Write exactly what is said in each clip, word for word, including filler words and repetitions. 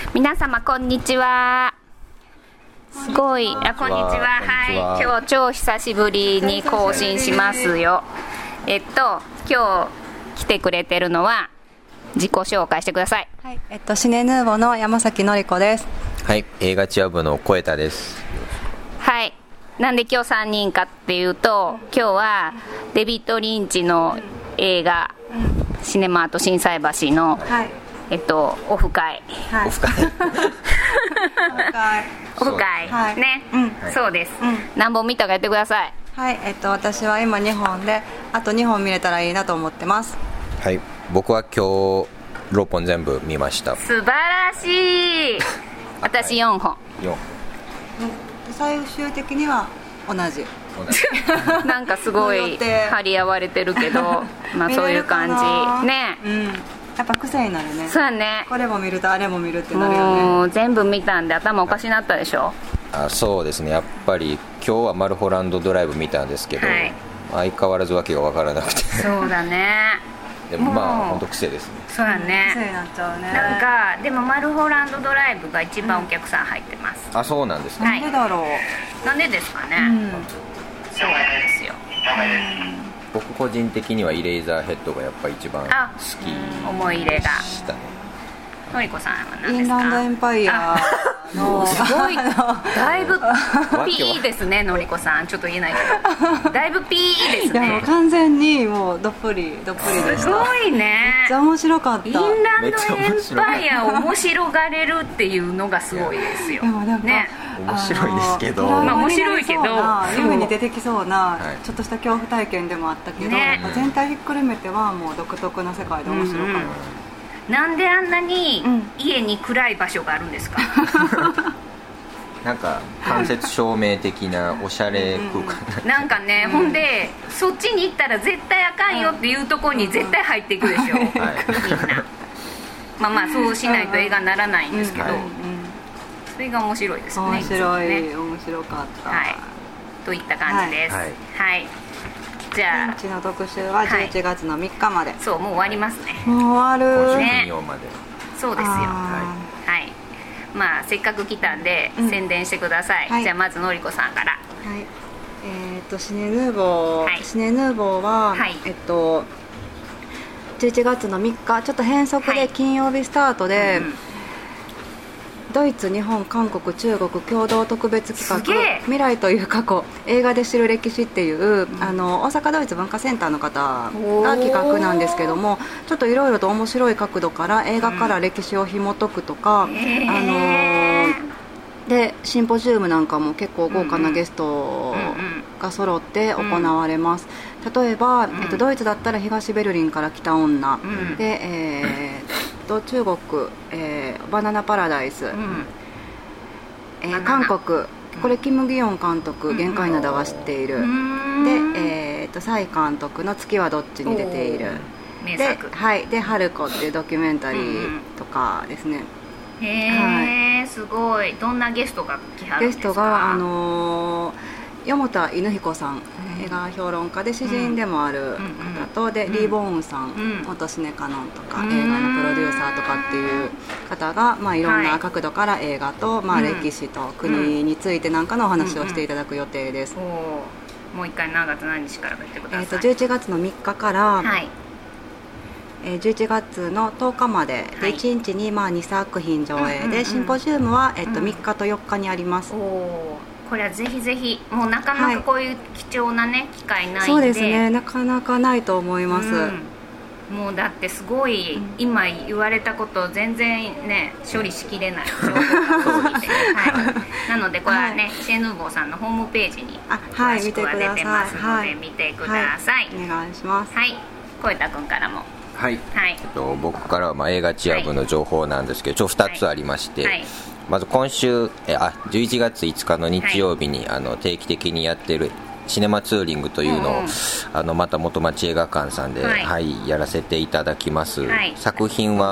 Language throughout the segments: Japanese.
皆様こんにちは。すごい、あ、こんにちは。はい、今日超久しぶりに更新しますよ。えっと今日来てくれてるのは自己紹介してください。 はい、えっとシネヌーボの山崎のり子です。 はい、映画チア部の小枝です。 はい、なんで今日さんにんかっていうと、今日はデビッド・リンチの映画、うん、シネマート心斎橋の、はい、えっとオフ会、 はい、 オフ会オフ会、はい、ね、うん、そうです、うん、何本見たかやってください。 はい、えっと私は今にほんで、あとにほん見れたらいいなと思ってます。 はい、僕は今日ろっぽん全部見ました。 素晴らしい私よんほん、 よん、 最終的には同じなんかすごい張り合われてるけどまあそういう感じね、うん、 やっぱ癖になるね。 そうやね、 これも見るとあれも見るってなるよね。 もう全部見たんで頭おかしになったでしょ。 あ、そうですね、やっぱり今日はマルホランドドライブ見たんですけど、はい、相変わらずわけが分からなくてそうだねでもまあ本当癖ですね。 そうだね、 癖になっちゃうね。 なんかでもマルホランドドライブが一番お客さん入ってます、 うん、あ、そうなんですね、 はい、 なんでだろう、なんでですかね、うん、そうなんですよ、うん、 僕個人的にはイレイザーヘッドがやっぱり一番好き、 思い入れがしたね。のりこさんは何ですか？ インランドエンパイアのすごいだいぶピーですね、のりこさん。ちょっと言えないけどだいぶピーですね。 いやもう完全にもうどっぷりどっぷりでした。 すごいね、 めっちゃ面白かった。 インランドエンパイアを面白がれるっていうのがすごいですよ。 でもなんか、ね、 面白いですけど、 まあ面白いけど夢に出てきそうなちょっとした恐怖体験でもあったけど、ね、全体ひっくるめてはもう独特な世界で面白かった、うんうん。 なんであんなに家に暗い場所があるんですか？ なんか間接照明的なおしゃれ空間、 うん、なんかね、うん、ほんでそっちに行ったら絶対あかんよっていうところに絶対入っていくでしょ、うん、みんなまあまあそうしないと映画にならないんですけど、うんうん、それが面白いですね。 面白い、 ね、 面白かった、 はい、といった感じです。はい、はい、じゃあ現地の特集はじゅういちがつのみっかまで、はい、 そう、もう終わりますね。 もう終わるね、 金曜まで。 そうですよ、はい、はい、まあせっかく来たんで、うん、宣伝してください、はい、じゃあまずのりこさんから。はい、 えー、っとシネヌーボー、はい、シネヌーボーは、はい、えっとじゅういちがつのみっか、ちょっと変則で金曜日スタートで、はい、うん、ドイツ、日本、韓国、中国共同特別企画未来という過去映画で知る歴史っていう、うん、あの大阪ドイツ文化センターの方が企画なんですけども、ちょっといろいろと面白い角度から映画から歴史を紐解くとか、うん、あのー、でシンポジウムなんかも結構豪華なゲストが揃って行われます。例えば、えっと、ドイツだったら東ベルリンから来た女、うん、で、えー、と中国、えー、バナナパラダイス、うん、えー、韓国、これキム・ギヨン監督、限界灘は知っている、うん、で、えー、と蔡監督の月はどっちに出ている、 名作で、はい、でハルコっていうドキュメンタリーとかですね、 うん、へえ、はい、すごい。どんなゲストが来はるんですか？ ゲストが、あのー、四田犬彦さん、映画評論家で詩人でもある方と、うん、で、うん、リー・ボーンさん、うん、元シネカノンとか、うん、映画のプロデューサーとかっていう方が、まあ、いろんな角度から映画と、はい、まあ、歴史と国についてなんかのお話をしていただく予定です。うんうん、 もう一回何月何日から言ってください。 えー、とじゅういちがつのみっかから、はい、えー、じゅういちがつのとおかまで、はい、でいちにちにまあにさく品上映で、うんうんうん、シンポジウムは、えー、とみっかとよっかにあります。 お、これはぜひぜひ、もうなかなかこういう貴重な、ね、機会ないんで。 そうですね、なかなかないと思います、うん、 もうだってすごい、うん、今言われたこと全然ね処理しきれない情報が多いで、はい、なのでこれはね、はい、シェヌーボーさんのホームページに詳しくは出てますので見てください。 お願いします。 はい、小枝君からも。 はい、はい、えっと、僕からはまあ映画チア部の情報なんですけど、はい、ちょふたつありまして、はいはい、まず今週えあじゅういちがついつかの日曜日に、はい、あの定期的にやってるシネマツーリングというのを、うん、あのまた元町映画館さんで、はいはい、やらせていただきます、はい、作品は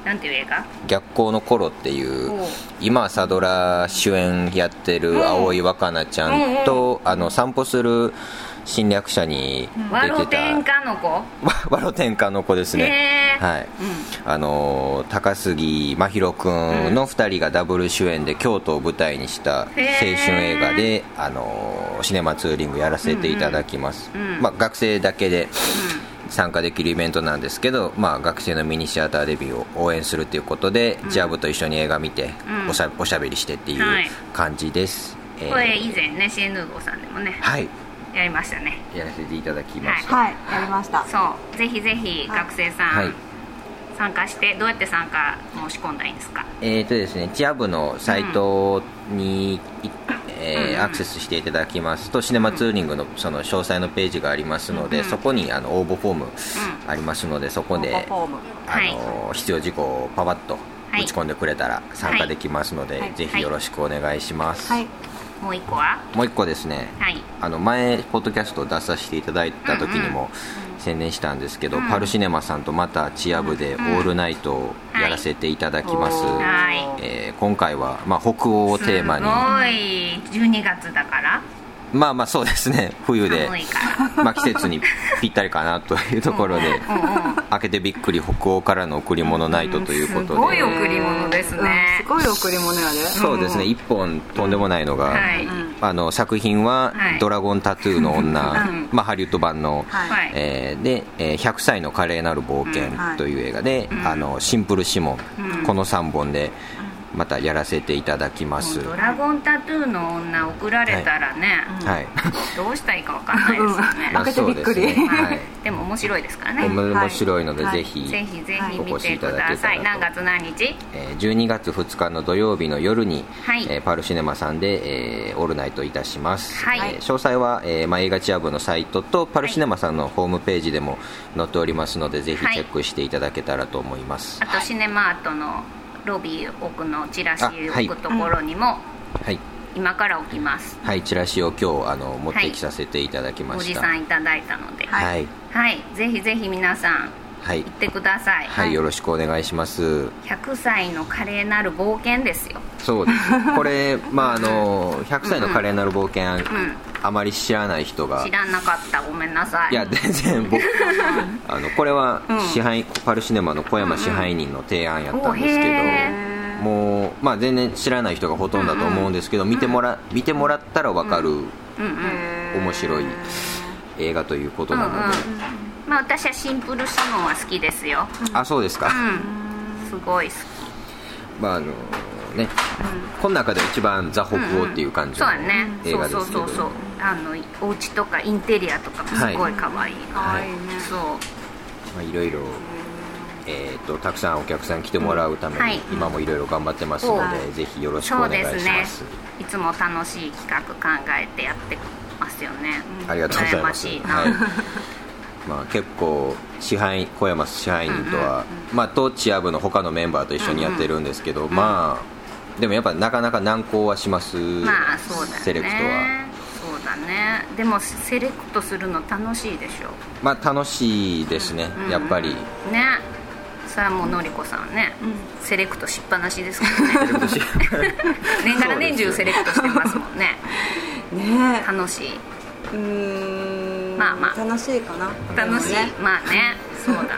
なんていう映画？ 逆光の頃っていう今朝ドラ主演やってる青井若菜ちゃんと、あの散歩する侵略者に出てたワロテンカの子ワロテンカの子ですね、はい、うん、あの高杉真宙くんのふたりがダブル主演で京都を舞台にした青春映画で、あのシネマツーリングやらせていただきます、うんうん、まあ、学生だけで参加できるイベントなんですけど、まあ、学生のミニシアターデビューを応援するということで、うん、チア部と一緒に映画見て、うん、おしゃ、おしゃべりしてっていう感じです、 はい、えー、これ以前ねシエヌーボーさんでもね、 はい、 やりましたね。 やらせていただきました、 はい、はい、やりました。 そうぜひぜひ学生さん、はい、参加してどうやって参加申し込んだらいいんですか？ えーとですね、チア部のサイトに、うん、えーうん、アクセスしていただきますとシネマツーリング の, その詳細のページがありますので、うん、そこにあの応募フォームありますので、そこで、あの必要事項をパパッと打ち込んでくれたら参加できますので、はい、ぜひよろしくお願いします、はい。 もう一個はもう一個ですね、はい、あの前ポッドキャストを出させていただいた時にも宣伝したんですけど、うんうん、パルシネマさんとまたチア部でオールナイトをやらせていただきます、はい、えー、今回は、まあ、北欧をテーマに、 すごいじゅうにがつだからまあまあそうですね、冬で、まあ、季節にぴったりかなというところで、開けてびっくり北欧からの贈り物ナイトということで、 すごい贈り物ですね、 すごい贈り物やで。 そうですね、いっぽんとんでもないのが、はい、あの作品はドラゴンタトゥーの女、はい、まあ、ハリウッド版の、はい、えー、で、えー、ひゃくさいの華麗なる冒険という映画で、うん、あのシンプルシモン、うん、このさんぼんでまたやらせていただきます。 ドラゴンタトゥーの女送られたらね、はい、どうしたらいいか分かんないですよね。 開けてびっくり、 はい、でも面白いですからね。 面白いので、はい、ぜひぜひぜひ見てください。何月何日？ えー、じゅうにがつふつかの土曜日の夜に、はい、えー、パルシネマさんで、えー、オールナイトいたします、はい、えー、詳細は、えーまあ、映画チア部のサイトとパルシネマさんのホームページでも載っておりますので、ぜひチェックしていただけたらと思います、 はい、あとシネマートのロビー奥のチラシ置くところにも、はい、今から置きます。 はい、チラシを今日あの持ってきさせていただきました。 おじさんいただいたので、 はい、 はい、ぜひぜひ皆さん、はい、行ってください。 はい、よろしくお願いします。 ひゃくさいの華麗なる冒険ですよ。 そうです。これまああのひゃくさいの華麗なる冒険、うんうん、あまり知らない人が知らなかった、ごめんなさい。 いや全然僕あのこれは支配、うん、パルシネマの小山支配人の提案やったんですけど、うんうん、もう、まあ、全然知らない人がほとんどだと思うんですけど、うんうん、見てもら、見てもらったら分かる、うんうん、面白い映画ということなので、うんうん、 まあ、私はシンプルシモンは好きですよ。 あ、そうですか、 うん、すごい好き。 まああのね、うん、この中で一番ザ・北欧っていう感じの映画ですけど、 そうそうそうそう、あのお家とかインテリアとかもすごい可愛い、 はい、 はい、そう、 まあ、いろいろえー、とたくさんお客さん来てもらうために、うん、はい、今もいろいろ頑張ってますので、ぜひよろしくお願いします。そうですね、 いつも楽しい企画考えてやってますよね、 うん、ありがとうございます。はい、まあ、結構支配小山支配人とは、うんうん、まあ、とチア部の他のメンバーと一緒にやってるんですけど、うんうん、まあでもやっぱなかなか難航はします、 まあそうだね、 セレクトは。 そうだね、でもセレクトするの楽しいでしょ。 まあ楽しいですね、うん、やっぱりね。それはもうのりこさんね、うん、セレクトしっぱなしですからね年がら年中セレクトしてますもんねね。楽しい、 うーん、 まあまあ楽しいかな。 楽しい、ね、まあね、そうだね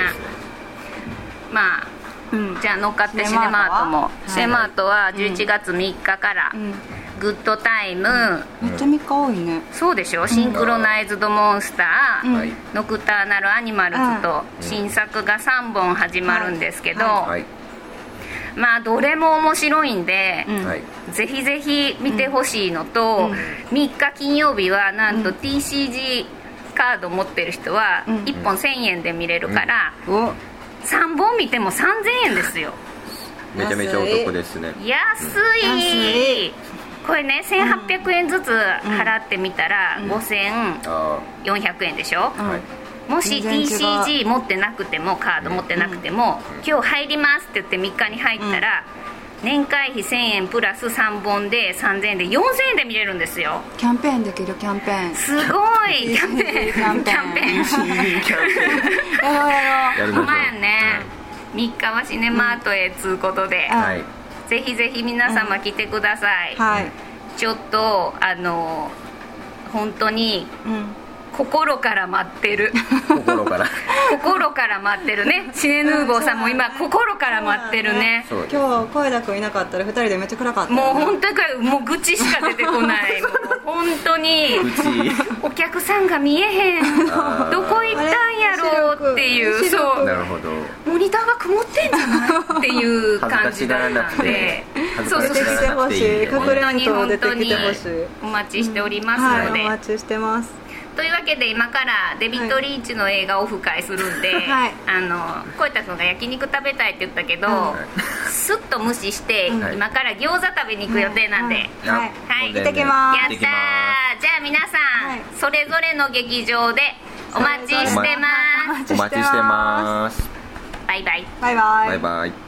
まあ、うん、じゃあ乗っかってシネマートも、シネマートはじゅういちがつみっかから、うんうん、グッドタイム、 めっちゃみっか多いね。 そうでしょ、シンクロナイズドモンスター、うん、ノクターナルアニマルズと新作がさんぼん始まるんですけど、はいはい、まあどれも面白いんで、うん、ぜひぜひ見てほしいのと、うん、みっか金曜日はなんと ティーシージー カード持ってる人はいっぽんせんえんで見れるから、うん、さんぼん見てもさんぜんえんですよ。 めちゃめちゃお得ですね。 安い、うん、安い。これねせんはっぴゃくえんずつ払ってみたらごせんよんひゃくえんでしょ、うん、もし ティーシージー 持ってなくてもカード持ってなくても、うん、今日入りますって言ってみっかに入ったら、うん、年会費せんえんプラスさんぼんでさんぜんえんでよんせんえんで見れるんですよ。 キャンペーンできるキャンペーン。 すごいキャンペーンキャンペーンキャンペーンやろうやろう。 ほんまやね。 みっかはシネマートへつうことで、 はい、 ぜひぜひ皆様来てください、 うんはい、 ちょっとあの本当に、うん心から待ってる心から心から待ってるね。シネヌーボーさんも今心から待ってるね。 今日声田君いなかったらふたりでめっちゃ暗かった、ね、 もう本当にもう愚痴しか出てこないもう本当にお客さんが見えへんどこ行ったんやろうっていうそうなるほどモニターが曇ってんじゃないっていう感じだったんでそうそうそう本当に本当にお待ちしておりますので、 うんはい、お待ちしてます。 というわけで今からデビッド・リーチの映画をオフ会するんで、はい、あの小枝君が焼肉食べたいって言ったけど、はい、スッと無視して、はい、今から餃子食べに行く予定なんで、 はいはいはい、行ってきます。 やったー。じゃあ皆さん、はい、それぞれの劇場でお待ちしてます。 お待ちしてます。 バイバイバイバイバイバイ。